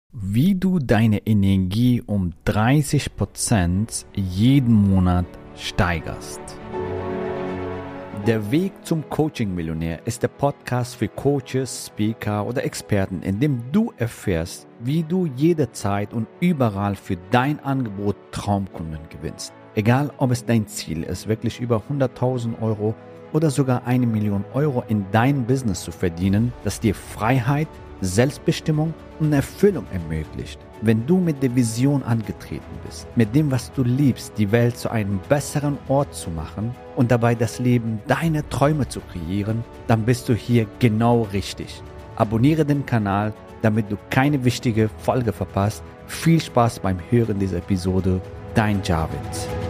Wie du deine Energie um 30% jeden Monat steigerst. Der Weg zum Coaching-Millionär ist der Podcast für Coaches, Speaker oder Experten, in dem du erfährst, wie du jederzeit und überall für dein Angebot Traumkunden gewinnst. Egal, ob es dein Ziel ist, wirklich über 100.000 Euro oder sogar 1 Million Euro in dein Business zu verdienen, das dir Freiheit, Selbstbestimmung und Erfüllung ermöglicht. Wenn du mit der Vision angetreten bist, mit dem, was du liebst, die Welt zu einem besseren Ort zu machen und dabei das Leben deiner Träume zu kreieren, dann bist du hier genau richtig. Abonniere den Kanal, damit du keine wichtige Folge verpasst. Viel Spaß beim Hören dieser Episode. Dein Javid.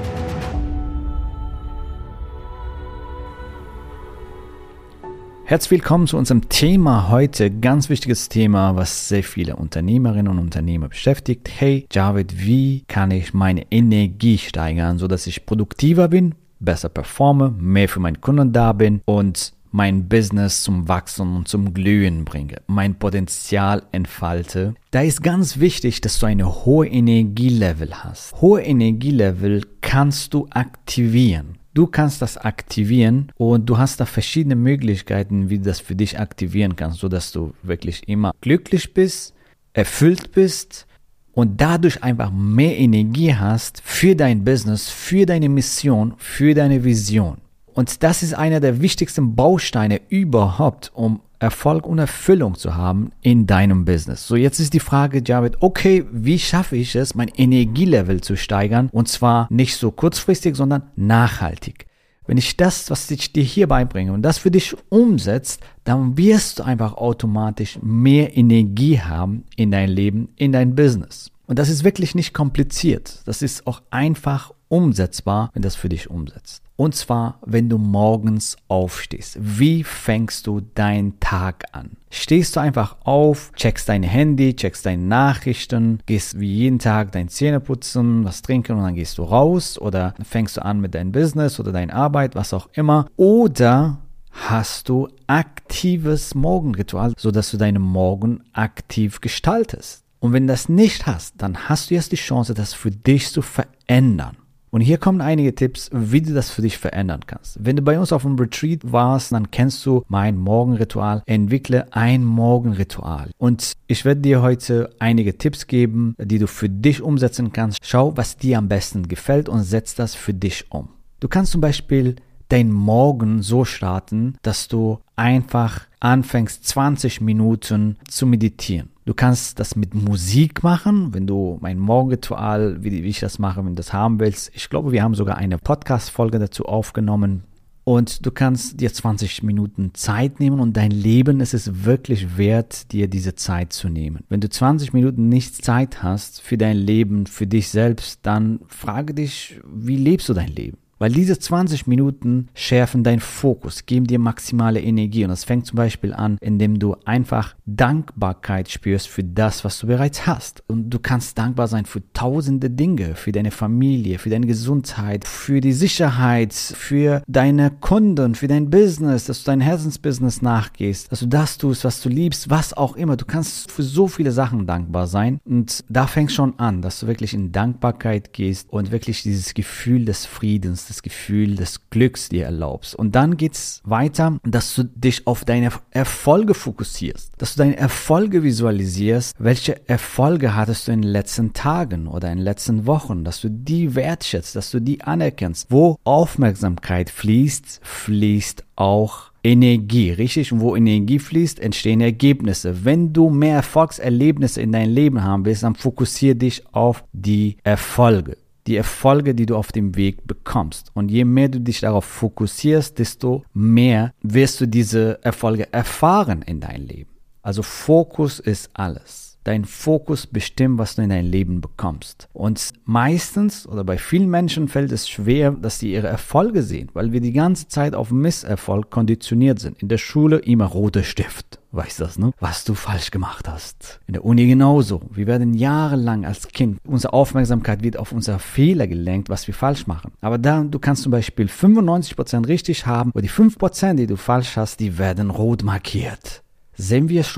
Herzlich willkommen zu unserem Thema heute. Ganz wichtiges Thema, was sehr viele Unternehmerinnen und Unternehmer beschäftigt. Hey Javid, wie kann ich meine Energie steigern, sodass ich produktiver bin, besser performe, mehr für meinen Kunden da bin und mein Business zum Wachsen und zum Glühen bringe, mein Potenzial entfalte. Da ist ganz wichtig, dass du eine hohe Energielevel hast. Hohe Energielevel kannst du aktivieren. Du kannst das aktivieren und du hast da verschiedene Möglichkeiten, wie du das für dich aktivieren kannst, sodass du wirklich immer glücklich bist, erfüllt bist und dadurch einfach mehr Energie hast für dein Business, für deine Mission, für deine Vision. Und das ist einer der wichtigsten Bausteine überhaupt, um Erfolg und Erfüllung zu haben in deinem Business. So, jetzt ist die Frage, Javid, okay, wie schaffe ich es, mein Energielevel zu steigern? Und zwar nicht so kurzfristig, sondern nachhaltig. Wenn ich das, was ich dir hier beibringe und das für dich umsetzt, dann wirst du einfach automatisch mehr Energie haben in dein Leben, in dein Business. Und das ist wirklich nicht kompliziert. Das ist auch einfach umsetzbar, wenn das für dich umsetzt. Und zwar, wenn du morgens aufstehst. Wie fängst du deinen Tag an? Stehst du einfach auf, checkst dein Handy, checkst deine Nachrichten, gehst wie jeden Tag dein Zähne putzen, was trinken und dann gehst du raus oder fängst du an mit deinem Business oder deiner Arbeit, was auch immer. Oder hast du aktives Morgenritual, sodass du deinen Morgen aktiv gestaltest. Und wenn du das nicht hast, dann hast du jetzt die Chance, das für dich zu verändern. Und hier kommen einige Tipps, wie du das für dich verändern kannst. Wenn du bei uns auf dem Retreat warst, dann kennst du mein Morgenritual. Entwickle ein Morgenritual. Und ich werde dir heute einige Tipps geben, die du für dich umsetzen kannst. Schau, was dir am besten gefällt und setz das für dich um. Du kannst zum Beispiel deinen Morgen so starten, dass du einfach anfängst, 20 Minuten zu meditieren. Du kannst das mit Musik machen, wenn du mein Morgenritual, wie ich das mache, wenn du das haben willst. Ich glaube, wir haben sogar eine Podcast-Folge dazu aufgenommen. Und du kannst dir 20 Minuten Zeit nehmen und dein Leben ist es wirklich wert, dir diese Zeit zu nehmen. Wenn du 20 Minuten nicht Zeit hast für dein Leben, für dich selbst, dann frage dich, wie lebst du dein Leben? Weil diese 20 Minuten schärfen deinen Fokus, geben dir maximale Energie. Und das fängt zum Beispiel an, indem du einfach Dankbarkeit spürst für das, was du bereits hast. Und du kannst dankbar sein für tausende Dinge, für deine Familie, für deine Gesundheit, für die Sicherheit, für deine Kunden, für dein Business, dass du dein Herzensbusiness nachgehst, dass du das tust, was du liebst, was auch immer. Du kannst für so viele Sachen dankbar sein. Und da fängt schon an, dass du wirklich in Dankbarkeit gehst und wirklich dieses Gefühl des Friedens, das Gefühl des Glücks dir erlaubst. Und dann geht's weiter, dass du dich auf deine Erfolge fokussierst, dass du deine Erfolge visualisierst. Welche Erfolge hattest du in den letzten Tagen oder in den letzten Wochen, dass du die wertschätzt, dass du die anerkennst. Wo Aufmerksamkeit fließt, fließt auch Energie, richtig? Und wo Energie fließt, entstehen Ergebnisse. Wenn du mehr Erfolgserlebnisse in deinem Leben haben willst, dann fokussiere dich auf die Erfolge. Die Erfolge, die du auf dem Weg bekommst. Und je mehr du dich darauf fokussierst, desto mehr wirst du diese Erfolge erfahren in deinem Leben. Also Fokus ist alles. Dein Fokus bestimmt, was du in deinem Leben bekommst. Und meistens oder bei vielen Menschen fällt es schwer, dass sie ihre Erfolge sehen, weil wir die ganze Zeit auf Misserfolg konditioniert sind. In der Schule immer roter Stift. Weißt du das, ne? Was du falsch gemacht hast. In der Uni genauso. Wir werden jahrelang als Kind, unsere Aufmerksamkeit wird auf unsere Fehler gelenkt, was wir falsch machen. Aber dann, du kannst zum Beispiel 95% richtig haben, aber die 5%, die du falsch hast, die werden rot markiert. Sehen wir schon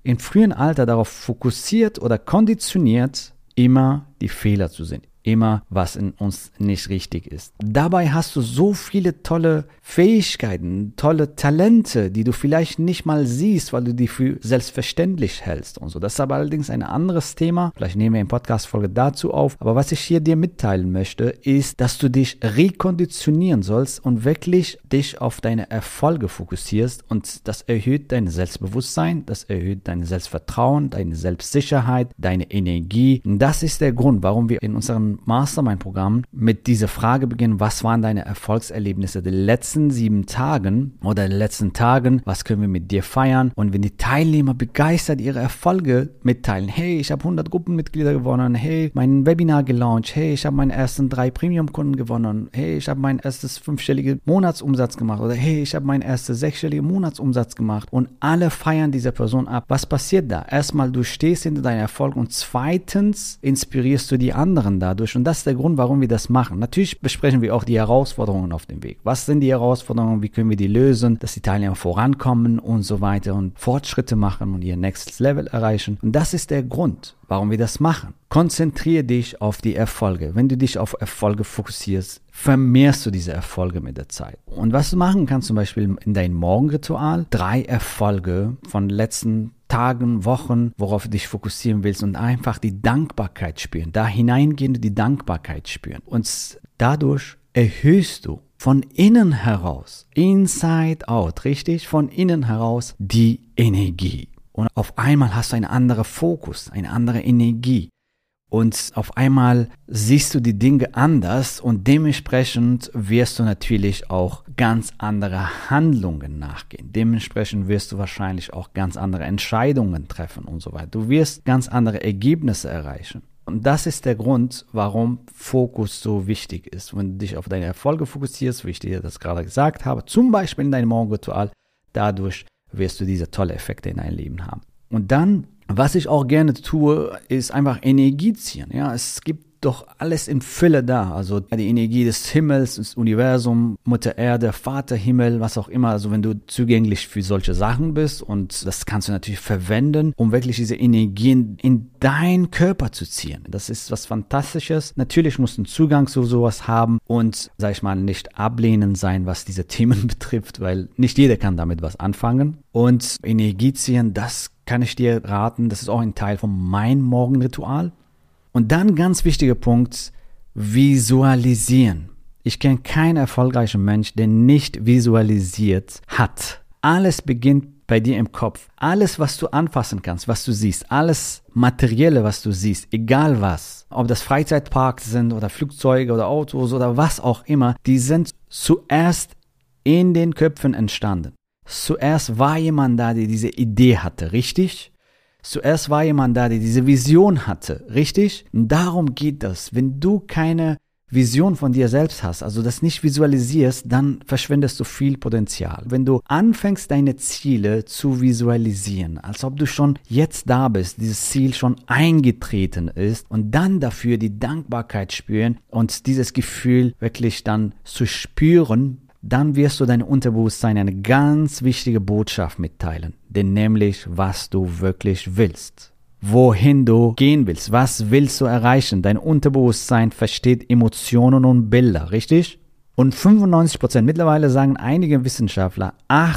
im frühen Alter darauf fokussiert oder konditioniert, immer die Fehler zu sehen. Immer, was in uns nicht richtig ist. Dabei hast du so viele tolle Fähigkeiten, tolle Talente, die du vielleicht nicht mal siehst, weil du die für selbstverständlich hältst und so. Das ist aber allerdings ein anderes Thema. Vielleicht nehmen wir eine Podcast-Folge dazu auf. Aber was ich hier dir mitteilen möchte, ist, dass du dich rekonditionieren sollst und wirklich dich auf deine Erfolge fokussierst. Und das erhöht dein Selbstbewusstsein, das erhöht dein Selbstvertrauen, deine Selbstsicherheit, deine Energie. Und das ist der Grund, warum wir in unserem Mastermind-Programm mit dieser Frage beginnen: Was waren deine Erfolgserlebnisse der letzten 7 Tagen oder der letzten Tagen? Was können wir mit dir feiern? Und wenn die Teilnehmer begeistert ihre Erfolge mitteilen: Hey, ich habe 100 Gruppenmitglieder gewonnen. Hey, mein Webinar gelauncht. Hey, ich habe meine ersten 3 Premium-Kunden gewonnen. Hey, ich habe mein erstes 5-stelliges Monatsumsatz gemacht. Oder hey, ich habe meinen ersten 6-stelligen Monatsumsatz gemacht. Und alle feiern diese Person ab. Was passiert da? Erstmal, du stehst hinter deinem Erfolg und zweitens inspirierst du die anderen dadurch. Und das ist der Grund, warum wir das machen. Natürlich besprechen wir auch die Herausforderungen auf dem Weg. Was sind die Herausforderungen? Wie können wir die lösen? Dass die Teilnehmer vorankommen und so weiter und Fortschritte machen und ihr Next Level erreichen. Und das ist der Grund, warum wir das machen. Konzentriere dich auf die Erfolge. Wenn du dich auf Erfolge fokussierst, vermehrst du diese Erfolge mit der Zeit. Und was du machen kannst, zum Beispiel in deinem Morgenritual, 3 Erfolge von letzten Tagen, Wochen, worauf du dich fokussieren willst und einfach die Dankbarkeit spüren. Da hineingehen und die Dankbarkeit spüren. Und dadurch erhöhst du von innen heraus, inside out, richtig? Von innen heraus die Energie. Und auf einmal hast du einen anderen Fokus, eine andere Energie. Und auf einmal siehst du die Dinge anders und dementsprechend wirst du natürlich auch ganz andere Handlungen nachgehen. Dementsprechend wirst du wahrscheinlich auch ganz andere Entscheidungen treffen und so weiter. Du wirst ganz andere Ergebnisse erreichen. Und das ist der Grund, warum Fokus so wichtig ist. Wenn du dich auf deine Erfolge fokussierst, wie ich dir das gerade gesagt habe, zum Beispiel in deinem Morgenritual, dadurch wirst du diese tolle Effekte in deinem Leben haben. Und dann, was ich auch gerne tue, ist einfach Energie ziehen. Ja, es gibt doch alles in Fülle da. Also die Energie des Himmels, des Universums, Mutter Erde, Vater Himmel, was auch immer. Also wenn du zugänglich für solche Sachen bist, und das kannst du natürlich verwenden, um wirklich diese Energien in deinen Körper zu ziehen. Das ist was Fantastisches. Natürlich musst du einen Zugang zu sowas haben und, sag ich mal, nicht ablehnend sein, was diese Themen betrifft, weil nicht jeder kann damit was anfangen. Und Energie ziehen, das kann ich dir raten. Das ist auch ein Teil von meinem Morgenritual. Und dann ganz wichtiger Punkt, visualisieren. Ich kenne keinen erfolgreichen Mensch, der nicht visualisiert hat. Alles beginnt bei dir im Kopf. Alles, was du anfassen kannst, was du siehst, alles Materielle, was du siehst, egal was, ob das Freizeitparks sind oder Flugzeuge oder Autos oder was auch immer, die sind zuerst in den Köpfen entstanden. Zuerst war jemand da, der diese Idee hatte, richtig? Zuerst war jemand da, der diese Vision hatte, richtig? Und darum geht das. Wenn du keine Vision von dir selbst hast, also das nicht visualisierst, dann verschwendest du viel Potenzial. Wenn du anfängst, deine Ziele zu visualisieren, als ob du schon jetzt da bist, dieses Ziel schon eingetreten ist, und dann dafür die Dankbarkeit spüren und dieses Gefühl wirklich dann zu spüren, dann wirst du deinem Unterbewusstsein eine ganz wichtige Botschaft mitteilen, denn nämlich, was du wirklich willst, wohin du gehen willst, was willst du erreichen. Dein Unterbewusstsein versteht Emotionen und Bilder, richtig? Und 95%, mittlerweile sagen einige Wissenschaftler,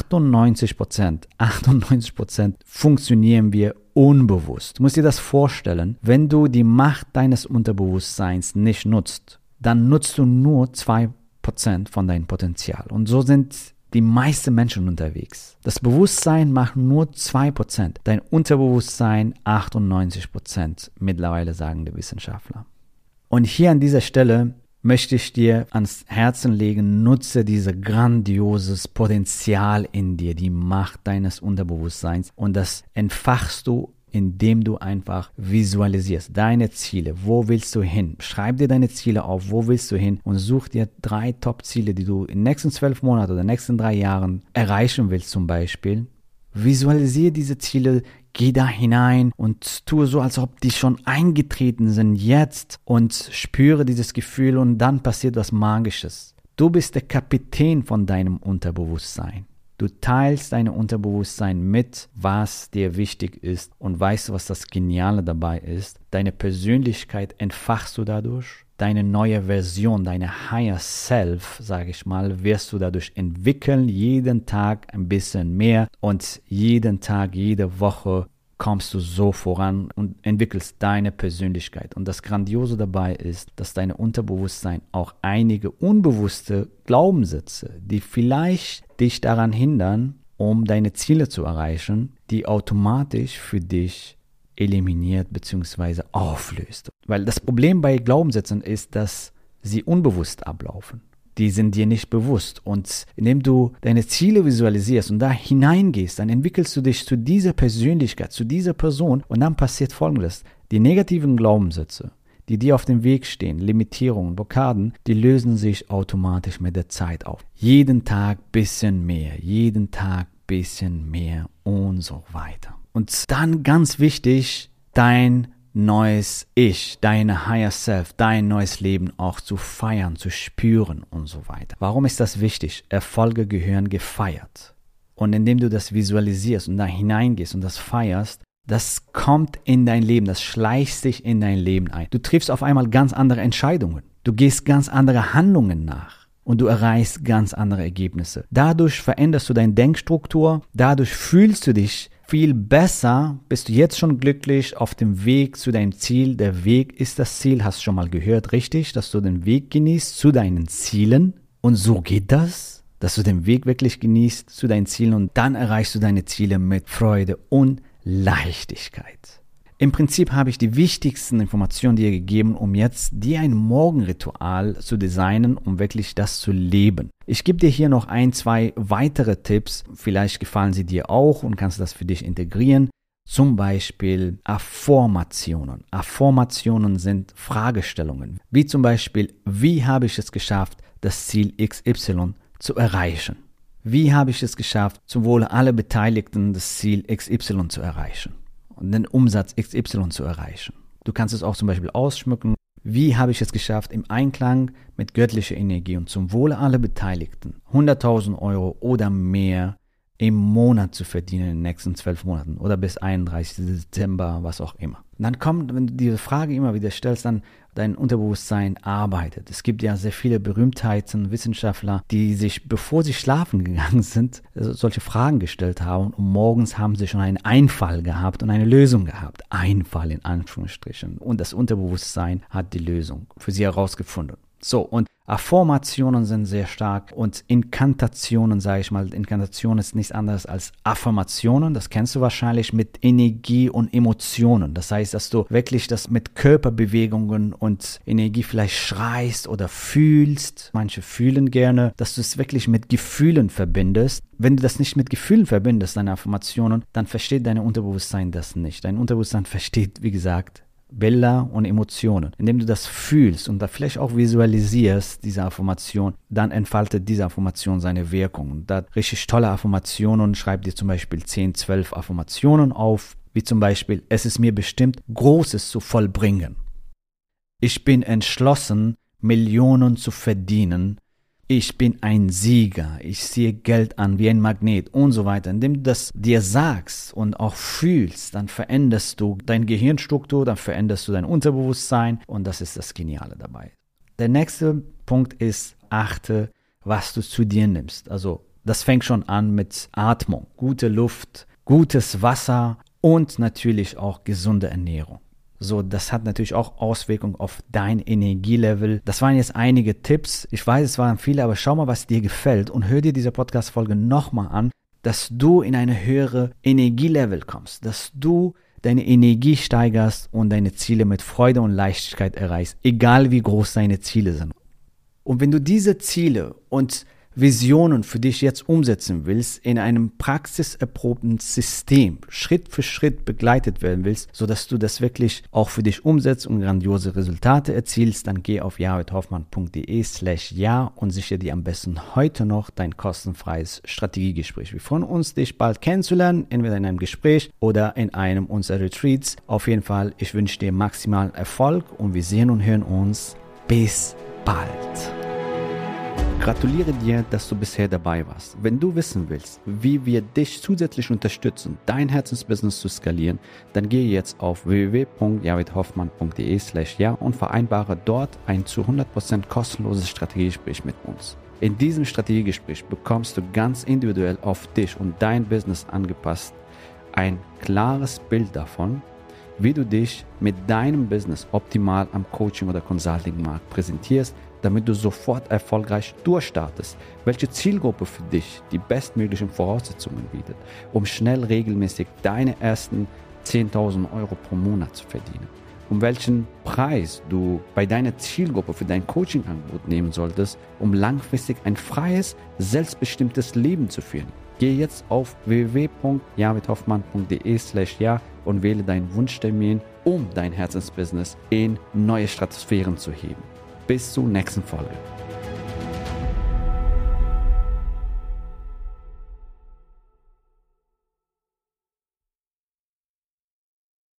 98% funktionieren wir unbewusst. Du musst dir das vorstellen, wenn du die Macht deines Unterbewusstseins nicht nutzt, dann nutzt du nur 2% von deinem Potenzial. Und so sind die meisten Menschen unterwegs. Das Bewusstsein macht nur 2%. Dein Unterbewusstsein 98%. Mittlerweile sagen die Wissenschaftler. Und hier an dieser Stelle möchte ich dir ans Herzen legen, nutze dieses grandioses Potenzial in dir, die Macht deines Unterbewusstseins, und das entfachst du, indem du einfach visualisierst deine Ziele. Wo willst du hin? Schreib dir deine Ziele auf. Wo willst du hin? Und such dir 3 Top-Ziele, die du in den nächsten 12 Monaten oder in den nächsten 3 Jahren erreichen willst zum Beispiel. Visualisiere diese Ziele, geh da hinein und tue so, als ob die schon eingetreten sind jetzt, und spüre dieses Gefühl, und dann passiert was Magisches. Du bist der Kapitän von deinem Unterbewusstsein. Du teilst dein Unterbewusstsein mit, was dir wichtig ist. Und weißt du, was das Geniale dabei ist? Deine Persönlichkeit entfachst du dadurch. Deine neue Version, deine Higher Self, sage ich mal, wirst du dadurch entwickeln. Jeden Tag ein bisschen mehr. Und jeden Tag, jede Woche kommst du so voran und entwickelst deine Persönlichkeit. Und das Grandiose dabei ist, dass dein Unterbewusstsein auch einige unbewusste Glaubenssätze, die vielleicht dich daran hindern, um deine Ziele zu erreichen, die automatisch für dich eliminiert bzw. auflöst. Weil das Problem bei Glaubenssätzen ist, dass sie unbewusst ablaufen. Die sind dir nicht bewusst. Und indem du deine Ziele visualisierst und da hineingehst, dann entwickelst du dich zu dieser Persönlichkeit, zu dieser Person. Und dann passiert Folgendes. Die negativen Glaubenssätze, die dir auf dem Weg stehen, Limitierungen, Blockaden, die lösen sich automatisch mit der Zeit auf. Jeden Tag bisschen mehr, jeden Tag bisschen mehr und so weiter. Und dann ganz wichtig, dein neues Ich, deine Higher Self, dein neues Leben auch zu feiern, zu spüren und so weiter. Warum ist das wichtig? Erfolge gehören gefeiert. Und indem du das visualisierst und da hineingehst und das feierst, das kommt in dein Leben, das schleicht sich in dein Leben ein. Du triffst auf einmal ganz andere Entscheidungen. Du gehst ganz andere Handlungen nach. Und du erreichst ganz andere Ergebnisse. Dadurch veränderst du deine Denkstruktur, dadurch fühlst du dich viel besser, bist du jetzt schon glücklich auf dem Weg zu deinem Ziel. Der Weg ist das Ziel, hast du schon mal gehört, richtig, dass du den Weg genießt zu deinen Zielen. Und so geht das, dass du den Weg wirklich genießt zu deinen Zielen und dann erreichst du deine Ziele mit Freude und Leichtigkeit. Im Prinzip habe ich die wichtigsten Informationen dir gegeben, um jetzt dir ein Morgenritual zu designen, um wirklich das zu leben. Ich gebe dir hier noch 1, 2 weitere Tipps. Vielleicht gefallen sie dir auch und kannst das für dich integrieren. Zum Beispiel Affirmationen. Affirmationen sind Fragestellungen. Wie zum Beispiel, wie habe ich es geschafft, das Ziel XY zu erreichen? Wie habe ich es geschafft, zum Wohle aller Beteiligten das Ziel XY zu erreichen? Und den Umsatz XY zu erreichen. Du kannst es auch zum Beispiel ausschmücken. Wie habe ich es geschafft, im Einklang mit göttlicher Energie und zum Wohle aller Beteiligten 100.000 Euro oder mehr im Monat zu verdienen in den nächsten 12 Monaten oder bis 31. Dezember, was auch immer. Und dann kommt, wenn du diese Frage immer wieder stellst, dann dein Unterbewusstsein arbeitet. Es gibt ja sehr viele Berühmtheiten, Wissenschaftler, die sich, bevor sie schlafen gegangen sind, solche Fragen gestellt haben und morgens haben sie schon einen Einfall gehabt und eine Lösung gehabt. Einfall in Anführungsstrichen. Und das Unterbewusstsein hat die Lösung für sie herausgefunden. So, und Affirmationen sind sehr stark und Inkantationen, sage ich mal, Inkantation ist nichts anderes als Affirmationen, das kennst du wahrscheinlich mit Energie und Emotionen. Das heißt, dass du wirklich das mit Körperbewegungen und Energie vielleicht schreist oder fühlst. Manche fühlen gerne, dass du es wirklich mit Gefühlen verbindest. Wenn du das nicht mit Gefühlen verbindest, deine Affirmationen, dann versteht dein Unterbewusstsein das nicht. Dein Unterbewusstsein versteht, wie gesagt, Bilder und Emotionen. Indem du das fühlst und da vielleicht auch visualisierst, diese Affirmation, dann entfaltet diese Affirmation seine Wirkung. Und da richtig tolle Affirmationen, schreib dir zum Beispiel 10, 12 Affirmationen auf, wie zum Beispiel, es ist mir bestimmt, Großes zu vollbringen. Ich bin entschlossen, Millionen zu verdienen. Ich bin ein Sieger, ich ziehe Geld an wie ein Magnet und so weiter. Indem du das dir sagst und auch fühlst, dann veränderst du deine Gehirnstruktur, dann veränderst du dein Unterbewusstsein und das ist das Geniale dabei. Der nächste Punkt ist, achte, was du zu dir nimmst. Also das fängt schon an mit Atmung, gute Luft, gutes Wasser und natürlich auch gesunde Ernährung. So, das hat natürlich auch Auswirkungen auf dein Energielevel. Das waren jetzt einige Tipps. Ich weiß, es waren viele, aber schau mal, was dir gefällt und hör dir diese Podcast-Folge nochmal an, dass du in eine höhere Energielevel kommst, dass du deine Energie steigerst und deine Ziele mit Freude und Leichtigkeit erreichst, egal wie groß deine Ziele sind. Und wenn du diese Ziele und Visionen für dich jetzt umsetzen willst, in einem praxiserprobten System Schritt für Schritt begleitet werden willst, sodass du das wirklich auch für dich umsetzt und grandiose Resultate erzielst, dann geh auf jaredhoffmann.de/ja und sichere dir am besten heute noch dein kostenfreies Strategiegespräch. Wir freuen uns, dich bald kennenzulernen, entweder in einem Gespräch oder in einem unserer Retreats. Auf jeden Fall, ich wünsche dir maximalen Erfolg und wir sehen und hören uns. Bis bald. Gratuliere dir, dass du bisher dabei warst. Wenn du wissen willst, wie wir dich zusätzlich unterstützen, dein Herzensbusiness zu skalieren, dann gehe jetzt auf www.javidhoffmann.de/ja und vereinbare dort ein zu 100% kostenloses Strategiegespräch mit uns. In diesem Strategiegespräch bekommst du ganz individuell auf dich und dein Business angepasst ein klares Bild davon, wie du dich mit deinem Business optimal am Coaching- oder Consulting-Markt präsentierst, damit du sofort erfolgreich durchstartest, welche Zielgruppe für dich die bestmöglichen Voraussetzungen bietet, um schnell regelmäßig deine ersten 10.000 Euro pro Monat zu verdienen, um welchen Preis du bei deiner Zielgruppe für dein Coaching-Angebot nehmen solltest, um langfristig ein freies, selbstbestimmtes Leben zu führen. Gehe jetzt auf www.javidhoffmann.de/ja und wähle deinen Wunschtermin, um dein Herzensbusiness in neue Stratosphären zu heben. Bis zur nächsten Folge.